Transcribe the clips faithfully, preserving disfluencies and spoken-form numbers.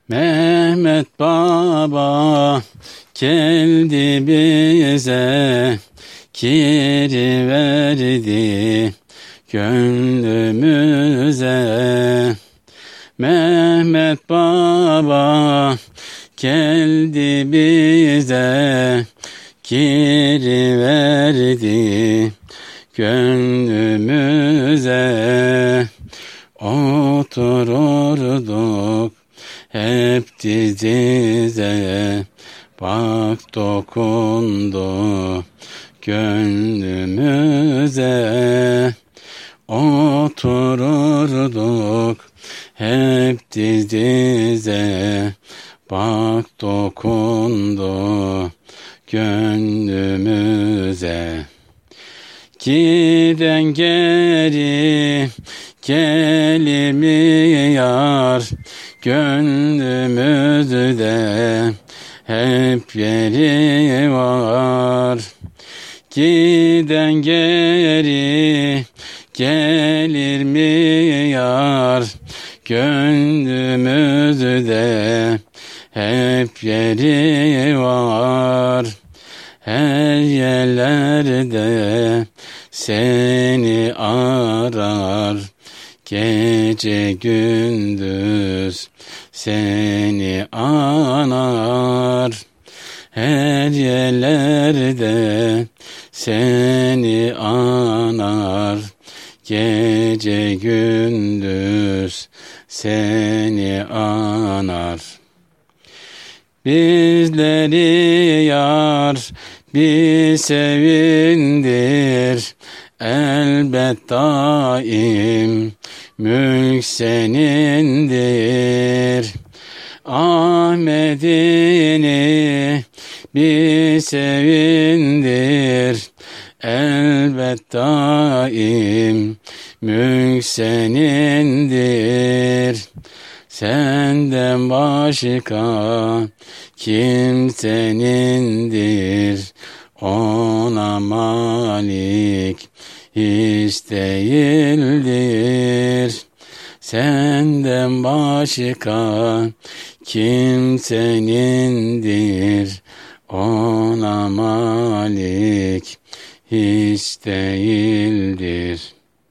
Mehmet Baba geldi bize, giriverdi gönlümüze. Mehmet Baba geldi bize, giriverdi gönlümüze. Otururduk hep diz dize, bak dokundu gönlümüze. Otururduk hep diz dize, bak dokundu gönlümüze. Giden geri gelir mi yar, gönlümüzde hep yeri var. Giden geri gelir mi yar, gönlümüzde hep yeri var. Her yerlerde seni arar, gece gündüz seni anar. Her yerlerde seni anar, gece gündüz seni anar. Bizleri yar bir sevindir, elbet daim mülk senindir. Ahmet'ini bir sevindir, elbet daim mülk senindir. Senden başka kimsenindir, ona malik hiç değildir. Senden başka kimsenindir, ona malik hiç değildir.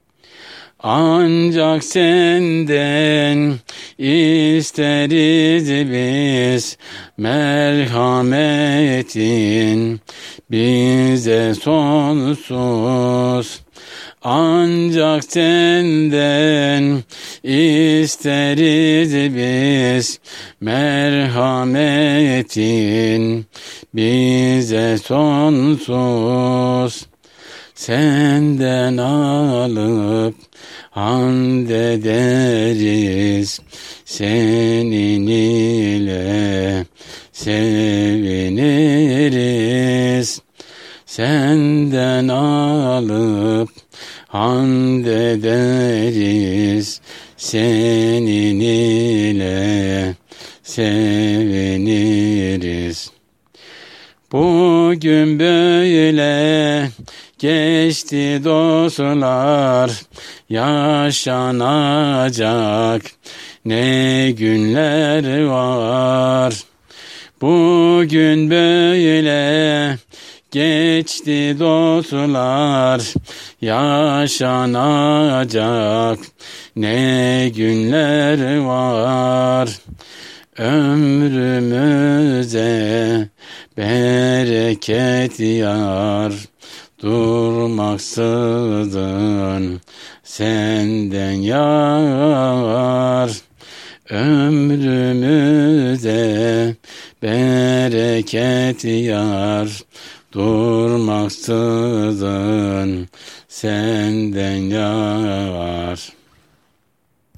Ancak senden isteriz biz, merhametin bize sonsuz. Ancak senden isteriz biz, merhametin bize sonsuz. Senden alıp hamd ederiz, senin ile seviniriz. Senden alıp hamd ederiz, senin ile seviniriz. Bugün böyle geçti dostlar, yaşanacak ne günler var. Bugün böyle geçti dostlar, yaşanacak ne günler var. Ömrümüze bereket yar, durmaksızın senden yar. Ömrümüze bereket yar, durmaksızın senden yar.